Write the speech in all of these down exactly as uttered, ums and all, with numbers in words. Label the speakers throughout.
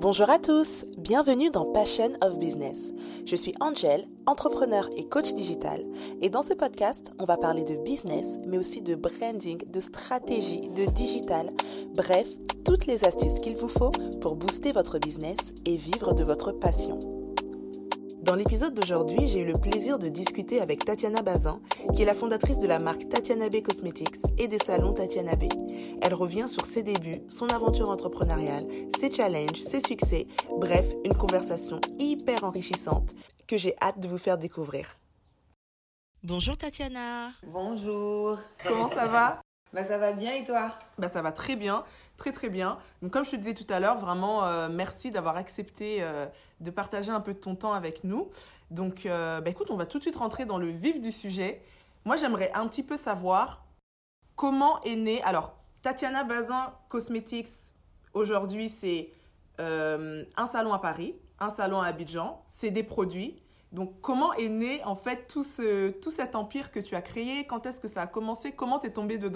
Speaker 1: Bonjour à tous, bienvenue dans Passion of Business. Je suis Angel, entrepreneur et coach digital, et dans ce podcast, on va parler de business, mais aussi de branding, de stratégie, de digital, bref, toutes les astuces qu'il vous faut pour booster votre business et vivre de votre passion. Dans l'épisode d'aujourd'hui, j'ai eu le plaisir de discuter avec Tatiana Bazin, qui est la fondatrice de la marque Tatiana B Cosmetics et des salons Tatiana B. Elle revient sur ses débuts, son aventure entrepreneuriale, ses challenges, ses succès, bref, une conversation hyper enrichissante que j'ai hâte de vous faire découvrir. Bonjour Tatiana.
Speaker 2: Bonjour.
Speaker 1: Comment ça va ?
Speaker 2: Bah ça va bien et toi ?
Speaker 1: Bah ça va très bien, très très bien. Donc comme je te disais tout à l'heure, vraiment euh, merci d'avoir accepté euh, de partager un peu de ton temps avec nous. Donc euh, bah écoute, on va tout de suite rentrer dans le vif du sujet. Moi j'aimerais un petit peu savoir comment est né. Alors Tatiana Bazin Cosmetics, aujourd'hui c'est euh, un salon à Paris, un salon à Abidjan, c'est des produits. Donc comment est né en fait tout, ce, tout cet empire que tu as créé ? Quand est-ce que ça a commencé ? Comment t'es tombée dedans ?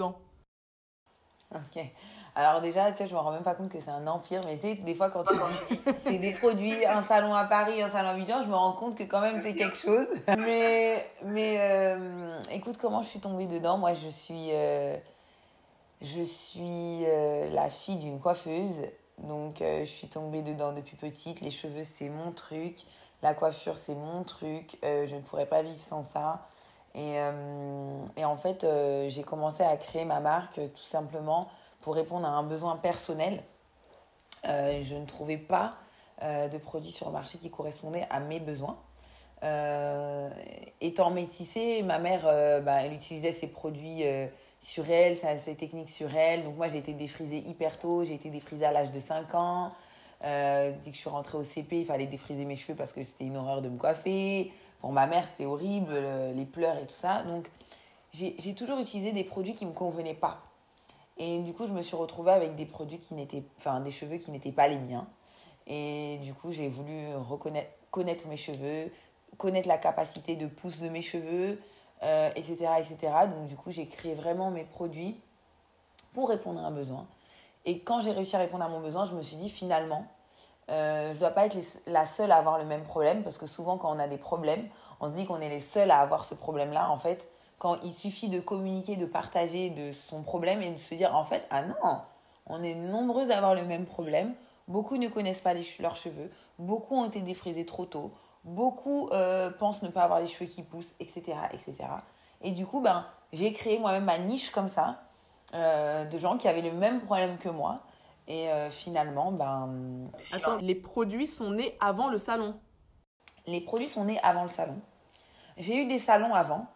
Speaker 2: Ok. Alors déjà, tu sais, je me rends même pas compte que c'est un empire, mais tu sais, des fois quand tu dis c'est des produits, un salon à Paris, un salon à Abidjan, je me rends compte que quand même c'est quelque chose. Mais, mais euh, écoute, comment je suis tombée dedans ? Moi, je suis, euh, je suis euh, la fille d'une coiffeuse, donc euh, je suis tombée dedans depuis petite. Les cheveux, c'est mon truc. La coiffure, c'est mon truc. Euh, je ne pourrais pas vivre sans ça. Et, euh, et en fait, euh, j'ai commencé à créer ma marque euh, tout simplement pour répondre à un besoin personnel. Euh, je ne trouvais pas euh, de produits sur le marché qui correspondaient à mes besoins. Euh, étant métissée, ma mère, euh, bah, elle utilisait ses produits euh, sur elle, ses techniques sur elle. Donc moi, j'ai été défrisée hyper tôt. J'ai été défrisée à l'âge de cinq ans. Euh, dès que je suis rentrée au C P, il fallait défriser mes cheveux parce que c'était une horreur de me coiffer. Pour ma mère, c'était horrible, le, les pleurs et tout ça. Donc, j'ai, j'ai toujours utilisé des produits qui ne me convenaient pas. Et du coup, je me suis retrouvée avec des produits qui n'étaient, enfin, des cheveux qui n'étaient pas les miens. Et du coup, j'ai voulu reconnaître, connaître mes cheveux, connaître la capacité de pousse de mes cheveux, euh, et cetera, et cetera. Donc, du coup, j'ai créé vraiment mes produits pour répondre à un besoin. Et quand j'ai réussi à répondre à mon besoin, je me suis dit finalement, euh, je ne dois pas être les, la seule à avoir le même problème, parce que souvent quand on a des problèmes, on se dit qu'on est les seuls à avoir ce problème-là. En fait, quand il suffit de communiquer, de partager de son problème et de se dire en fait, ah non, on est nombreux à avoir le même problème. Beaucoup ne connaissent pas les, leurs cheveux, beaucoup ont été défrisés trop tôt, beaucoup euh, pensent ne pas avoir les cheveux qui poussent, et cetera, et cetera. Et du coup, ben, j'ai créé moi-même ma niche comme ça, euh, de gens qui avaient le même problème que moi. Et euh, finalement, ben...
Speaker 1: Attends, les produits sont nés avant le salon.
Speaker 2: Les produits sont nés avant le salon. J'ai eu des salons avant.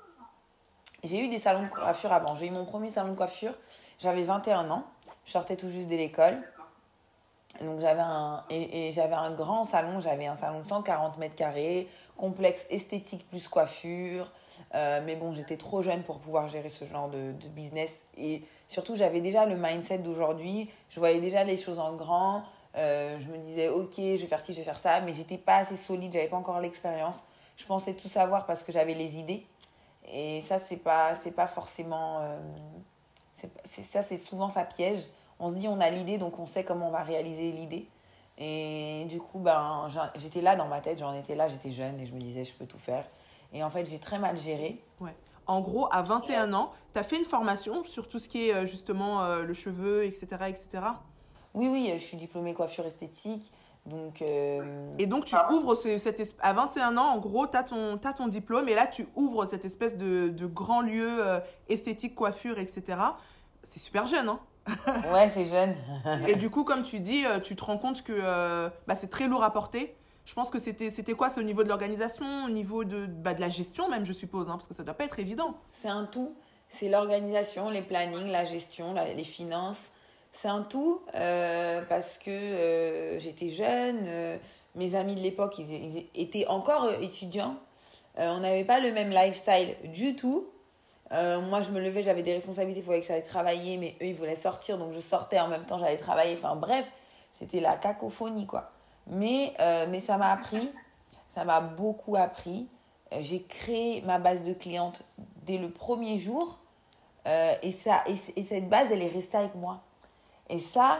Speaker 2: J'ai eu des salons de coiffure avant. J'ai eu mon premier salon de coiffure. J'avais vingt et un ans. Je sortais tout juste de l'école. Donc j'avais un, et, et j'avais un grand salon. J'avais un salon de cent quarante mètres carrés, complexe esthétique plus coiffure. Euh, mais bon, j'étais trop jeune pour pouvoir gérer ce genre de, de business. Et surtout, j'avais déjà le mindset d'aujourd'hui. Je voyais déjà les choses en grand. Euh, je me disais, ok, je vais faire ci, je vais faire ça. Mais j'étais pas assez solide, j'avais pas encore l'expérience. Je pensais tout savoir parce que j'avais les idées. Et ça, c'est pas, c'est pas forcément... Euh, c'est, c'est, ça, c'est souvent ça piège. On se dit, on a l'idée, donc on sait comment on va réaliser l'idée. Et du coup, ben, j'étais là dans ma tête, j'en étais là, j'étais jeune et je me disais, je peux tout faire. Et en fait, j'ai très mal géré.
Speaker 1: Ouais. En gros, à vingt et un ans, tu as fait une formation sur tout ce qui est justement euh, le cheveu, et cetera, et cetera.
Speaker 2: Oui, oui, je suis diplômée coiffure esthétique. Donc, euh...
Speaker 1: Et donc, tu ah. ouvres ce, cette espèce... À vingt et un ans, en gros, tu as ton, t'as ton diplôme et là, tu ouvres cette espèce de, de grand lieu euh, esthétique, coiffure, et cetera. C'est super jeune, hein?
Speaker 2: Ouais, c'est jeune.
Speaker 1: Et du coup, comme tu dis, tu te rends compte que euh, bah, c'est très lourd à porter. Je pense que c'était, c'était quoi? C'est au niveau de l'organisation, au niveau de, bah, de la gestion même, je suppose, hein, parce que ça ne doit pas être évident.
Speaker 2: C'est un tout. C'est l'organisation, les plannings, la gestion, la, les finances. C'est un tout euh, parce que euh, j'étais jeune. Euh, mes amis de l'époque, ils, ils étaient encore euh, étudiants. Euh, on n'avait pas le même lifestyle du tout. Euh, moi, je me levais, j'avais des responsabilités, il fallait que j'aille travailler, mais eux, ils voulaient sortir, donc je sortais en même temps, j'allais travailler. Enfin bref, c'était la cacophonie, quoi. Mais, euh, mais ça m'a appris, ça m'a beaucoup appris. Euh, j'ai créé ma base de clientes dès le premier jour euh, et, ça, et, et cette base, elle est restée avec moi. Et ça,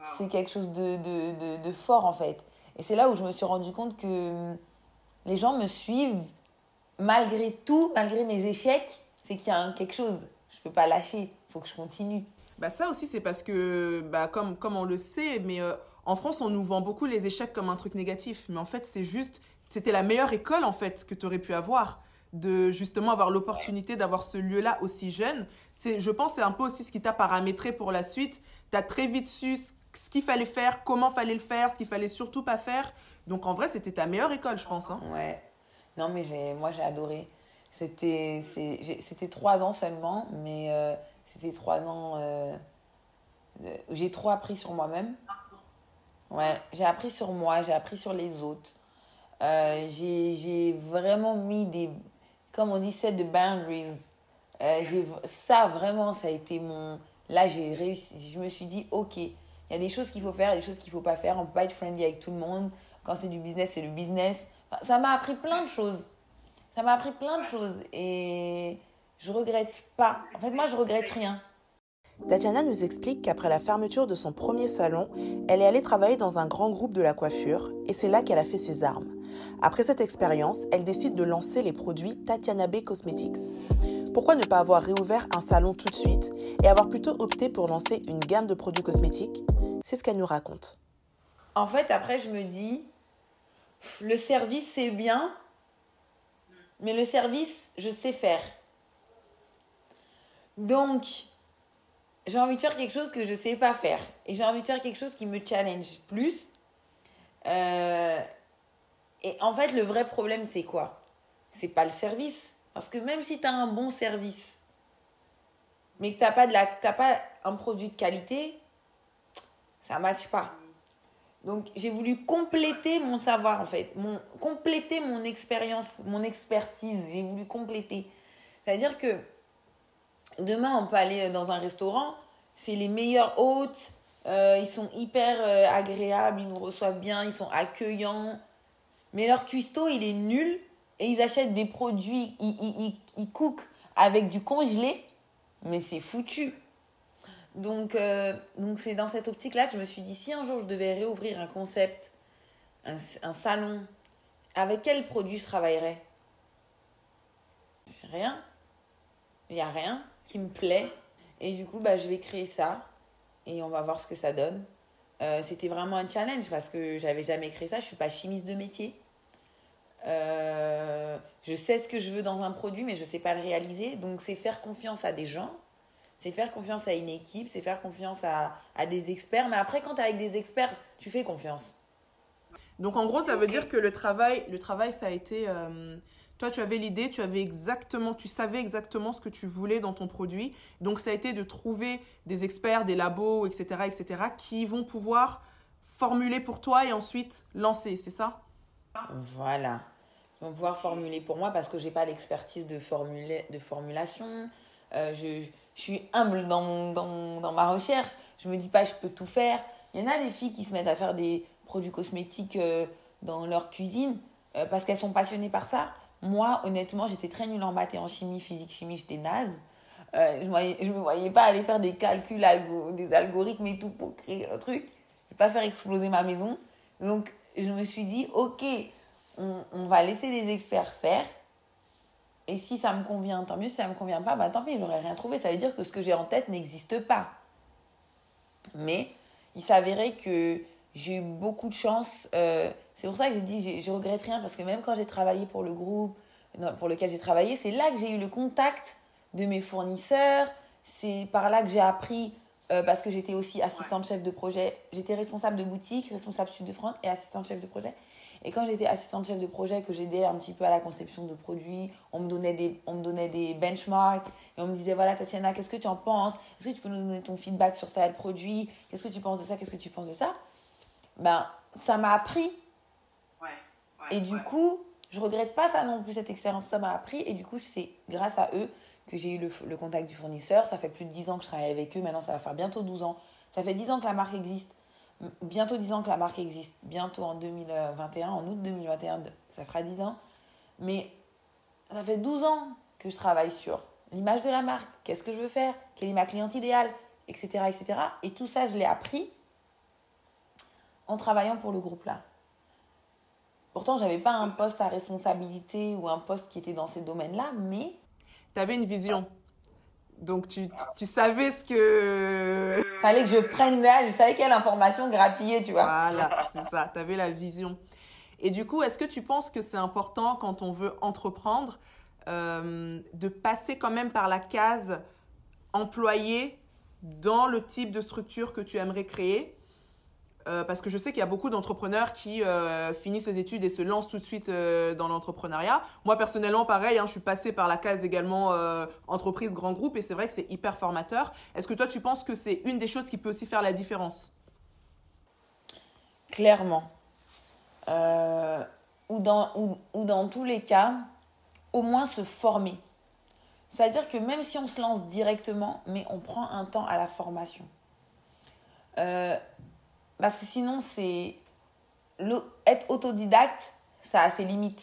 Speaker 2: c'est quelque chose de, de, de, de fort, en fait. Et c'est là où je me suis rendu compte que les gens me suivent malgré tout, malgré mes échecs. C'est qu'il y a quelque chose. Je ne peux pas lâcher. Il faut que je continue.
Speaker 1: Bah ça aussi, c'est parce que, bah, comme, comme on le sait, mais euh, en France, on nous vend beaucoup les échecs comme un truc négatif. Mais en fait, c'est juste, c'était la meilleure école, en fait, que tu aurais pu avoir. De justement avoir l'opportunité d'avoir ce lieu-là aussi jeune. C'est, je pense que c'est un peu aussi ce qui t'a paramétré pour la suite. Tu as très vite su ce, ce qu'il fallait faire, comment fallait le faire, ce qu'il fallait surtout pas faire. Donc en vrai, c'était ta meilleure école, je pense. Hein.
Speaker 2: Ouais. Non, mais j'ai, moi, j'ai adoré. C'était, c'est, j'ai, c'était trois ans seulement, mais euh, c'était trois ans... Euh, euh, j'ai trop appris sur moi-même. Ouais, j'ai appris sur moi, j'ai appris sur les autres. Euh, j'ai, j'ai vraiment mis des... Comme on dit, set the boundaries. Euh, j'ai, ça, vraiment, ça a été mon... Là, j'ai réussi. Je me suis dit, OK, il y a des choses qu'il faut faire, il y a des choses qu'il ne faut pas faire. On ne peut pas être friendly avec tout le monde. Quand c'est du business, c'est le business. Enfin, ça m'a appris plein de choses. Ça m'a appris plein de choses. Et je ne regrette pas. En fait, moi, je ne regrette rien.
Speaker 1: Tatiana nous explique qu'après la fermeture de son premier salon, elle est allée travailler dans un grand groupe de la coiffure et c'est là qu'elle a fait ses armes. Après cette expérience, elle décide de lancer les produits Tatiana B Cosmetics. Pourquoi ne pas avoir réouvert un salon tout de suite et avoir plutôt opté pour lancer une gamme de produits cosmétiques? C'est ce qu'elle nous raconte.
Speaker 2: En fait, après, je me dis, le service, c'est bien, mais le service, je sais faire. Donc, j'ai envie de faire quelque chose que je ne sais pas faire. Et j'ai envie de faire quelque chose qui me challenge plus. Euh, et en fait, le vrai problème, c'est quoi? C'est pas le service. Parce que même si tu as un bon service, mais que tu n'as pas, de la, t'as pas un produit de qualité, ça ne matche pas. Donc, j'ai voulu compléter mon savoir, en fait. Mon, compléter mon expérience, mon expertise. J'ai voulu compléter. C'est-à-dire que demain, on peut aller dans un restaurant, c'est les meilleurs hôtes, euh, ils sont hyper euh, agréables, ils nous reçoivent bien, ils sont accueillants. Mais leur cuistot, il est nul et ils achètent des produits, ils, ils, ils, ils cookent avec du congelé, mais c'est foutu. Donc, euh, donc, c'est dans cette optique-là que je me suis dit, si un jour je devais réouvrir un concept, un, un salon, avec quel produit je travaillerais? Rien. Il n'y a rien qui me plaît. Et du coup, bah, je vais créer ça et on va voir ce que ça donne. Euh, c'était vraiment un challenge parce que j'avais jamais créé ça. Je ne suis pas chimiste de métier. Euh, je sais ce que je veux dans un produit, mais je ne sais pas le réaliser. Donc, c'est faire confiance à des gens. C'est faire confiance à une équipe. C'est faire confiance à, à des experts. Mais après, quand tu es avec des experts, tu fais confiance.
Speaker 1: Donc, en gros, ça veut dire que le travail, le travail ça a été... Euh... Toi, tu avais l'idée, tu avais exactement, tu savais exactement ce que tu voulais dans ton produit. Donc, ça a été de trouver des experts, des labos, et cetera, et cetera, qui vont pouvoir formuler pour toi et ensuite lancer, c'est ça?
Speaker 2: Voilà. Ils vont pouvoir formuler pour moi parce que je n'ai pas l'expertise de, formula- de formulation. Euh, je, je, je suis humble dans, mon, dans, dans ma recherche. Je ne me dis pas je peux tout faire. Il y en a des filles qui se mettent à faire des produits cosmétiques euh, dans leur cuisine euh, parce qu'elles sont passionnées par ça. Moi, honnêtement, j'étais très nulle en maths et en chimie, physique, chimie, j'étais naze. Euh, je ne me voyais pas aller faire des calculs, algo, des algorithmes et tout pour créer un truc. Je ne vais pas faire exploser ma maison. Donc, je me suis dit, ok, on, on va laisser les experts faire. Et si ça me convient, tant mieux. Si ça ne me convient pas, bah, tant pis, j'aurais rien trouvé. Ça veut dire que ce que j'ai en tête n'existe pas. Mais il s'avérait que j'ai eu beaucoup de chance. Euh, c'est pour ça que j'ai dit, je ne regrette rien. Parce que même quand j'ai travaillé pour le groupe pour lequel j'ai travaillé, c'est là que j'ai eu le contact de mes fournisseurs. C'est par là que j'ai appris, euh, parce que j'étais aussi assistante chef de projet. J'étais responsable de boutique, responsable Sud de France et assistante chef de projet. Et quand j'étais assistante chef de projet, que j'aidais un petit peu à la conception de produits, on me donnait des, on me donnait des benchmarks et on me disait, voilà Tatiana, qu'est-ce que tu en penses? Est-ce que tu peux nous donner ton feedback sur tel produit? Qu'est-ce que tu penses de ça? Qu'est-ce que tu penses de ça? Ben, ça m'a appris.
Speaker 1: Ouais, ouais,
Speaker 2: et du
Speaker 1: ouais.
Speaker 2: coup, je ne regrette pas ça non plus, cette expérience. Ça m'a appris. Et du coup, c'est grâce à eux que j'ai eu le, le contact du fournisseur. Ça fait plus de dix ans que je travaille avec eux. Maintenant, ça va faire bientôt douze ans. Ça fait dix ans que la marque existe. Bientôt dix ans que la marque existe. Bientôt en deux mille vingt et un, en août deux mille vingt et un, ça fera dix ans. Mais ça fait douze ans que je travaille sur l'image de la marque. Qu'est-ce que je veux faire? Quelle est ma cliente idéale? Etc, et cetera. Et tout ça, je l'ai appris en travaillant pour le groupe là. Pourtant, je n'avais pas un poste à responsabilité ou un poste qui était dans ces domaines-là, mais...
Speaker 1: Tu avais une vision. Donc, tu, tu savais ce que...
Speaker 2: Il fallait que je prenne là, je savais quelle information grappiller, tu vois.
Speaker 1: Voilà, c'est ça. Tu avais la vision. Et du coup, est-ce que tu penses que c'est important quand on veut entreprendre euh, de passer quand même par la case employé dans le type de structure que tu aimerais créer ? Euh, parce que je sais qu'il y a beaucoup d'entrepreneurs qui euh, finissent les études et se lancent tout de suite euh, dans l'entrepreneuriat. Moi, personnellement, pareil, hein, je suis passée par la case également euh, entreprise, grand groupe, et c'est vrai que c'est hyper formateur. Est-ce que toi, tu penses que c'est une des choses qui peut aussi faire la différence ?
Speaker 2: Clairement. Euh, ou, dans, ou, ou dans tous les cas, au moins se former. C'est-à-dire que même si on se lance directement, mais on prend un temps à la formation. Euh, Parce que sinon, c'est être autodidacte, ça a ses limites.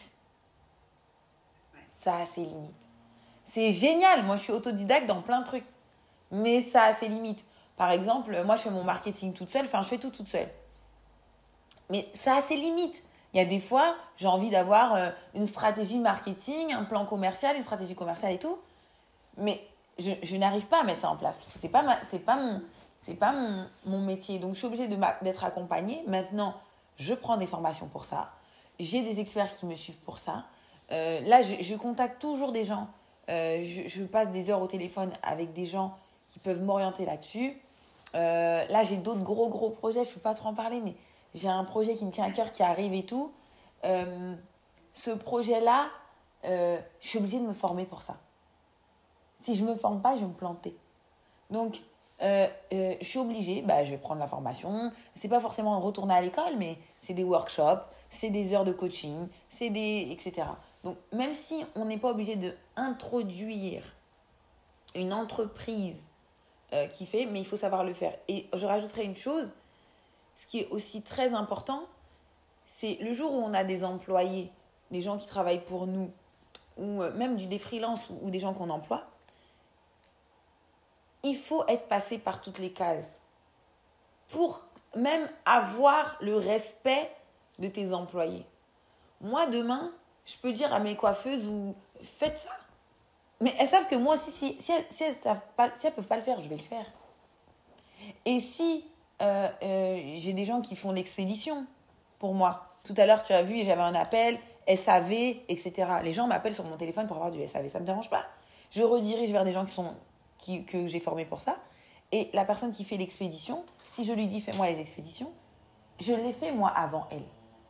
Speaker 2: Ça a ses limites. C'est génial. Moi, je suis autodidacte dans plein de trucs. Mais ça a ses limites. Par exemple, moi, je fais mon marketing toute seule. Enfin, je fais tout toute seule. Mais ça a ses limites. Il y a des fois, j'ai envie d'avoir euh, une stratégie marketing, un plan commercial, une stratégie commerciale et tout. Mais je, je n'arrive pas à mettre ça en place. Parce que ce n'est pas, ma, c'est pas mon... C'est pas mon, mon métier. Donc, je suis obligée de d'être accompagnée. Maintenant, je prends des formations pour ça. J'ai des experts qui me suivent pour ça. Euh, là, je, je contacte toujours des gens. Euh, je, je passe des heures au téléphone avec des gens qui peuvent m'orienter là-dessus. Euh, là, j'ai d'autres gros, gros projets. Je ne peux pas trop en parler, mais j'ai un projet qui me tient à cœur, qui arrive et tout. Euh, ce projet-là, euh, je suis obligée de me former pour ça. Si je ne me forme pas, je vais me planter. Donc, Euh, euh, je suis obligée, bah, je vais prendre la formation. C'est pas forcément retourner à l'école, mais c'est des workshops, c'est des heures de coaching, c'est des, et cetera. Donc, même si on n'est pas obligé d'introduire une entreprise euh, qui fait, mais il faut savoir le faire. Et je rajouterai une chose, ce qui est aussi très important, c'est le jour où on a des employés, des gens qui travaillent pour nous, ou euh, même des freelances ou, ou des gens qu'on emploie, il faut être passé par toutes les cases pour même avoir le respect de tes employés. Moi, demain, je peux dire à mes coiffeuses ou faites ça. Mais elles savent que moi aussi, si, si elles si elles savent pas, si elles peuvent pas le faire, je vais le faire. Et si euh, euh, j'ai des gens qui font l'expédition pour moi. Tout à l'heure, tu as vu, j'avais un appel, S A V, et cetera. Les gens m'appellent sur mon téléphone pour avoir du S A V. Ça ne me dérange pas. Je redirige vers des gens qui sont... Qui, que j'ai formé pour ça. Et la personne qui fait l'expédition, si je lui dis fais-moi les expéditions, je l'ai fait moi avant elle.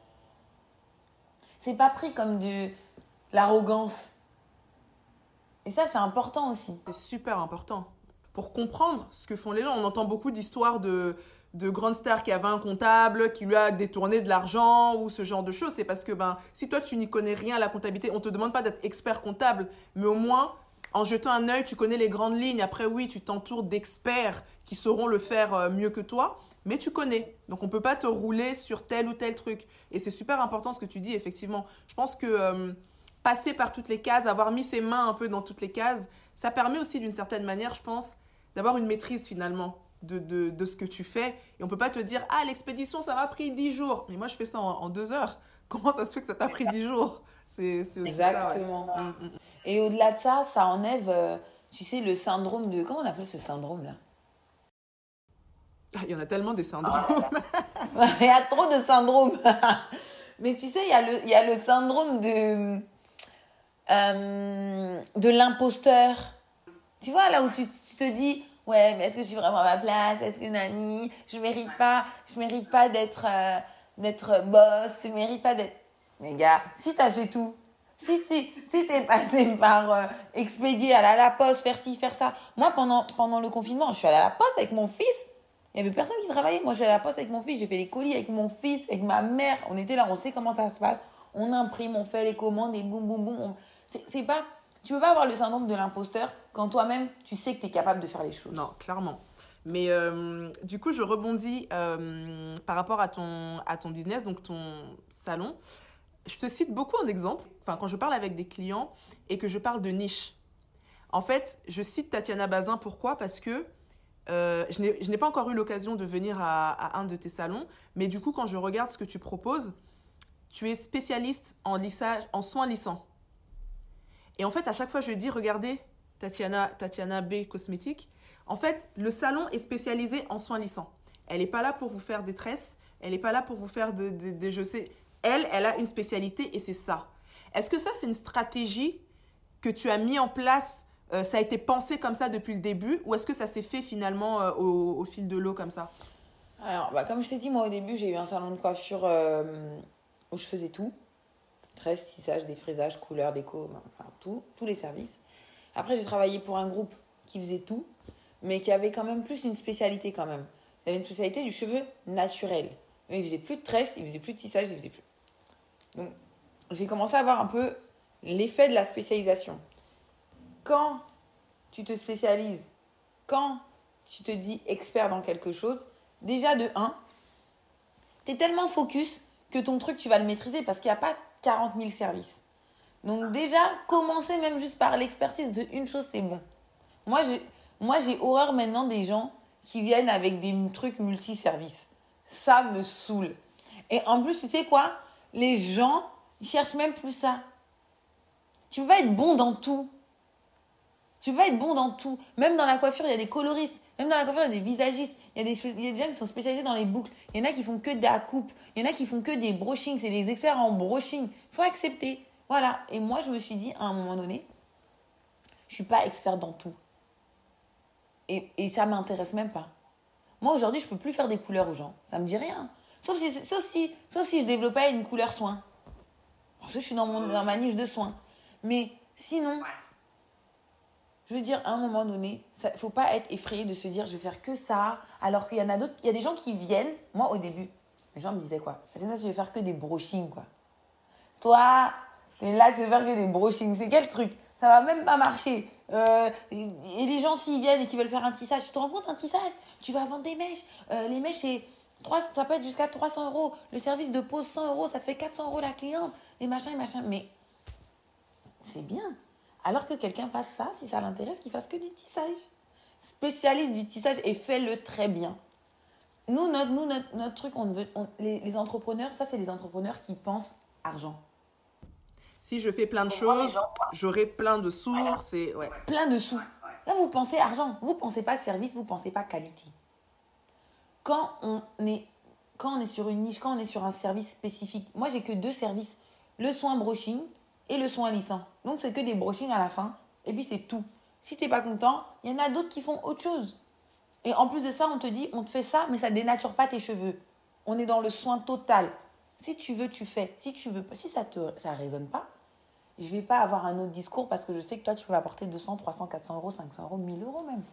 Speaker 2: C'est pas pris comme de l'arrogance. Et ça, c'est important aussi.
Speaker 1: C'est super important. Pour comprendre ce que font les gens, on entend beaucoup d'histoires de, de grandes stars qui avaient un comptable, qui lui a détourné de l'argent ou ce genre de choses. C'est parce que ben, si toi, tu n'y connais rien à la comptabilité, on ne te demande pas d'être expert comptable, mais au moins... En jetant un œil, tu connais les grandes lignes. Après, oui, tu t'entoures d'experts qui sauront le faire mieux que toi, mais tu connais. Donc, on ne peut pas te rouler sur tel ou tel truc. Et c'est super important ce que tu dis, effectivement. Je pense que euh, passer par toutes les cases, avoir mis ses mains un peu dans toutes les cases, ça permet aussi d'une certaine manière, je pense, d'avoir une maîtrise finalement de, de, de ce que tu fais. Et on ne peut pas te dire « Ah, l'expédition, ça m'a pris dix jours. » Mais moi, je fais ça en, en deux heures. Comment ça se fait que ça t'a pris dix jours ? C'est, c'est aussi
Speaker 2: Exactement.
Speaker 1: Ça, ouais. mm, mm.
Speaker 2: Et au-delà de ça, ça enlève, euh, tu sais, le syndrome de... Comment on appelle ce syndrome-là ?
Speaker 1: Ah, il y en a tellement des syndromes.
Speaker 2: Il y a trop de syndromes. Mais tu sais, il y a le, il y a le syndrome de, euh, de l'imposteur. Tu vois, là où tu, tu te dis, ouais, mais est-ce que je suis vraiment à ma place ? Est-ce que nani ? Je mérite pas, je mérite pas d'être, euh, d'être boss, je mérite pas d'être... Mais gars, si t'as fait tout, si, si, si t'es passé par euh, expédier, aller à la poste, faire ci, faire ça. Moi, pendant, pendant le confinement, je suis allée à la poste avec mon fils. Il n'y avait personne qui travaillait. Moi, je suis allée à la poste avec mon fils. J'ai fait les colis avec mon fils, avec ma mère. On était là, on sait comment ça se passe. On imprime, on fait les commandes et boum, boum, boum. On... C'est, c'est pas... Tu peux pas avoir le syndrome de l'imposteur quand toi-même, tu sais que tu es capable de faire les choses.
Speaker 1: Non, clairement. Mais euh, du coup, je rebondis euh, par rapport à ton, à ton business, donc ton salon. Je te cite beaucoup en exemple, enfin, quand je parle avec des clients et que je parle de niche. En fait, je cite Tatiana Bazin, pourquoi ? Parce que Euh, je n'ai, je n'ai pas encore eu l'occasion de venir à, à un de tes salons, mais du coup, quand je regarde ce que tu proposes, tu es spécialiste en lissage, en soins lissants. Et en fait, à chaque fois, je dis, regardez, Tatiana, Tatiana B Cosmétiques. En fait, le salon est spécialisé en soins lissants. Elle n'est pas là pour vous faire des tresses. Elle n'est pas là pour vous faire de, de, de je sais. Elle, elle a une spécialité et c'est ça. Est-ce que ça, c'est une stratégie que tu as mis en place, euh, ça a été pensé comme ça depuis le début, ou est-ce que ça s'est fait finalement euh, au, au fil de l'eau comme ça?
Speaker 2: Alors, bah, comme je t'ai dit, moi au début, j'ai eu un salon de coiffure euh, où je faisais tout. Tresse, tissage, défrisage, couleur, déco, enfin tout, tous les services. Après, j'ai travaillé pour un groupe qui faisait tout, mais qui avait quand même plus une spécialité quand même. Il avait une spécialité du cheveu naturel. Mais il faisait plus de tresse, il faisait plus de tissage, il faisait plus. Donc, j'ai commencé à voir un peu l'effet de la spécialisation. Quand tu te spécialises, quand tu te dis expert dans quelque chose, déjà de un, tu es tellement focus que ton truc, tu vas le maîtriser parce qu'il n'y a pas quarante mille services. Donc déjà, commencer même juste par l'expertise de une chose, c'est bon. Moi, j'ai, moi, j'ai horreur maintenant des gens qui viennent avec des trucs multiservices. Ça me saoule. Et en plus, tu sais quoi? Les gens, ils cherchent même plus ça. Tu peux pas être bon dans tout. Tu peux pas être bon dans tout. Même dans la coiffure, il y a des coloristes. Même dans la coiffure, il y a des visagistes. Il y a des, il y a des gens qui sont spécialisés dans les boucles. Il y en a qui font que de la coupe. Il y en a qui font que des brushings. C'est des experts en brushing. Il faut accepter. Voilà. Et moi, je me suis dit, à un moment donné, je suis pas experte dans tout. Et, et ça m'intéresse même pas. Moi, aujourd'hui, je peux plus faire des couleurs aux gens. Ça me dit rien. Sauf si, sauf si, sauf si je développais une couleur soin. Parce que je suis dans, mon, dans ma niche de soins. Mais sinon, je veux dire, à un moment donné, il ne faut pas être effrayé de se dire, je vais faire que ça. Alors qu'il y en a d'autres, il y a des gens qui viennent. Moi, au début, les gens me disaient quoi? C'est toi, tu veux faire que des brushings, quoi. Toi, t'es là, tu veux faire que des brushings. C'est quel truc? Ça va même pas marcher. Euh, et, et les gens, s'ils viennent et qu'ils veulent faire un tissage, tu te rends compte, un tissage? Tu vas vendre des mèches. Euh, les mèches, c'est trois, ça peut être jusqu'à trois cents euros. Le service de pose, cent euros, ça te fait quatre cents euros la cliente. Et machin, et machin. Mais c'est bien. Alors que quelqu'un fasse ça, si ça l'intéresse, qu'il fasse que du tissage. Spécialiste du tissage et fais-le très bien. Nous, notre, nous, notre, notre truc, on veut, on, les, les entrepreneurs, ça, c'est les entrepreneurs qui pensent argent.
Speaker 1: Si je fais plein de choses, j'aurai plein de sources et ouais.
Speaker 2: Plein de sous. Là, vous pensez argent. Vous ne pensez pas service, vous ne pensez pas qualité. Quand on, est, quand on est sur une niche, quand on est sur un service spécifique, moi, j'ai que deux services. Le soin brushing et le soin lissant. Donc, c'est que des brushings à la fin. Et puis, c'est tout. Si tu n'es pas content, il y en a d'autres qui font autre chose. Et en plus de ça, on te dit, on te fait ça, mais ça ne dénature pas tes cheveux. On est dans le soin total. Si tu veux, tu fais. Si tu veux pas, si ça ne ça résonne pas, je ne vais pas avoir un autre discours parce que je sais que toi, tu peux apporter deux cents, trois cents, quatre cents euros, cinq cents euros, mille euros même.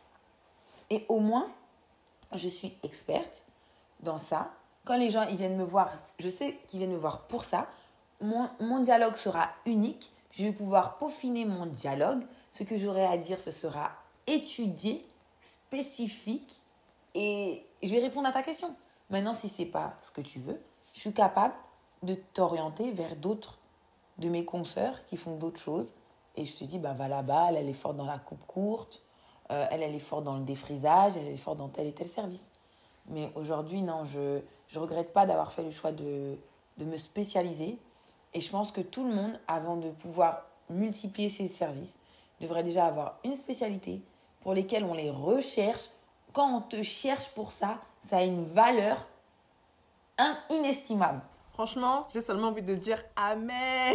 Speaker 2: Et au moins, je suis experte dans ça. Quand les gens ils viennent me voir, je sais qu'ils viennent me voir pour ça. Mon, mon dialogue sera unique. Je vais pouvoir peaufiner mon dialogue. Ce que j'aurai à dire, ce sera étudié, spécifique et je vais répondre à ta question. Maintenant, si ce n'est pas ce que tu veux, je suis capable de t'orienter vers d'autres de mes consoeurs qui font d'autres choses. Et je te dis, bah, va là-bas, elle, elle est forte dans la coupe courte, euh, elle, elle est forte dans le défrisage, elle, elle est forte dans tel et tel service. Mais aujourd'hui, non, je ne regrette pas d'avoir fait le choix de, de me spécialiser. Et je pense que tout le monde, avant de pouvoir multiplier ses services, devrait déjà avoir une spécialité pour lesquelles on les recherche. Quand on te cherche pour ça, ça a une valeur inestimable.
Speaker 1: Franchement, j'ai seulement envie de dire Amen.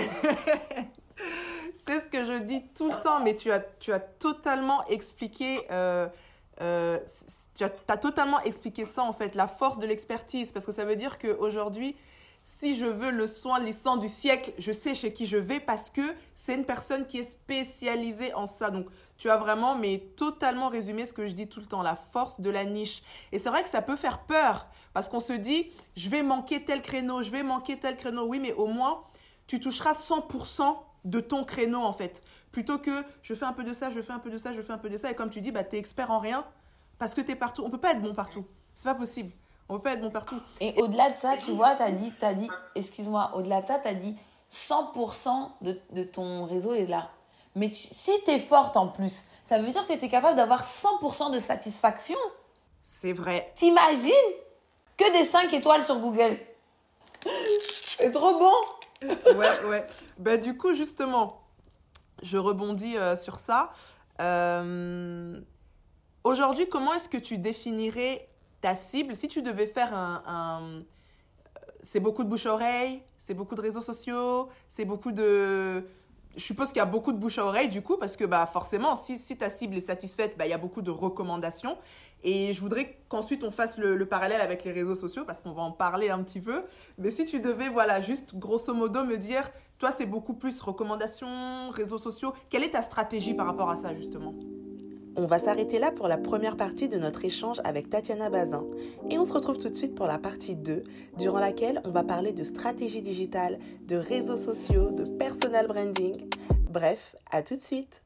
Speaker 1: C'est ce que je dis tout le temps, mais tu as, tu as totalement expliqué, euh, euh, tu as, t'as totalement expliqué ça en fait, la force de l'expertise. Parce que ça veut dire qu'aujourd'hui, si je veux le soin lissant du siècle, je sais chez qui je vais parce que c'est une personne qui est spécialisée en ça. Donc, tu as vraiment, mais totalement résumé ce que je dis tout le temps, la force de la niche. Et c'est vrai que ça peut faire peur parce qu'on se dit, je vais manquer tel créneau, je vais manquer tel créneau. Oui, mais au moins, tu toucheras cent pour cent de ton créneau en fait. Plutôt que je fais un peu de ça, je fais un peu de ça, je fais un peu de ça. Et comme tu dis, bah, tu es expert en rien parce que tu es partout. On ne peut pas être bon partout. C'est pas possible. On ne peut pas être bon partout.
Speaker 2: Et au-delà de ça, tu vois, tu as dit, t'as dit, excuse-moi, au-delà de ça, tu as dit cent pour cent de, de ton réseau est là. Mais tu, si tu es forte en plus, ça veut dire que tu es capable d'avoir cent pour cent de satisfaction.
Speaker 3: C'est vrai.
Speaker 2: T'imagines que des cinq étoiles sur Google. C'est trop bon.
Speaker 3: Ouais, ouais. Ben, du coup, justement, je rebondis euh, sur ça. Euh, aujourd'hui, comment est-ce que tu définirais ta cible si tu devais faire un... un... C'est beaucoup de bouche-oreille, c'est beaucoup de réseaux sociaux, c'est beaucoup de... Je suppose qu'il y a beaucoup de bouche à oreille du coup, parce que bah, forcément, si, si ta cible est satisfaite, bah, il y a beaucoup de recommandations. Et je voudrais qu'ensuite on fasse le, le parallèle avec les réseaux sociaux, parce qu'on va en parler un petit peu. Mais si tu devais, voilà, juste grosso modo me dire, toi c'est beaucoup plus recommandations, réseaux sociaux, quelle est ta stratégie par rapport à ça justement ?
Speaker 1: On va s'arrêter là pour la première partie de notre échange avec Tatiana Bazin et on se retrouve tout de suite pour la partie deux, durant laquelle on va parler de stratégie digitale, de réseaux sociaux, de personal branding. Bref, à tout de suite.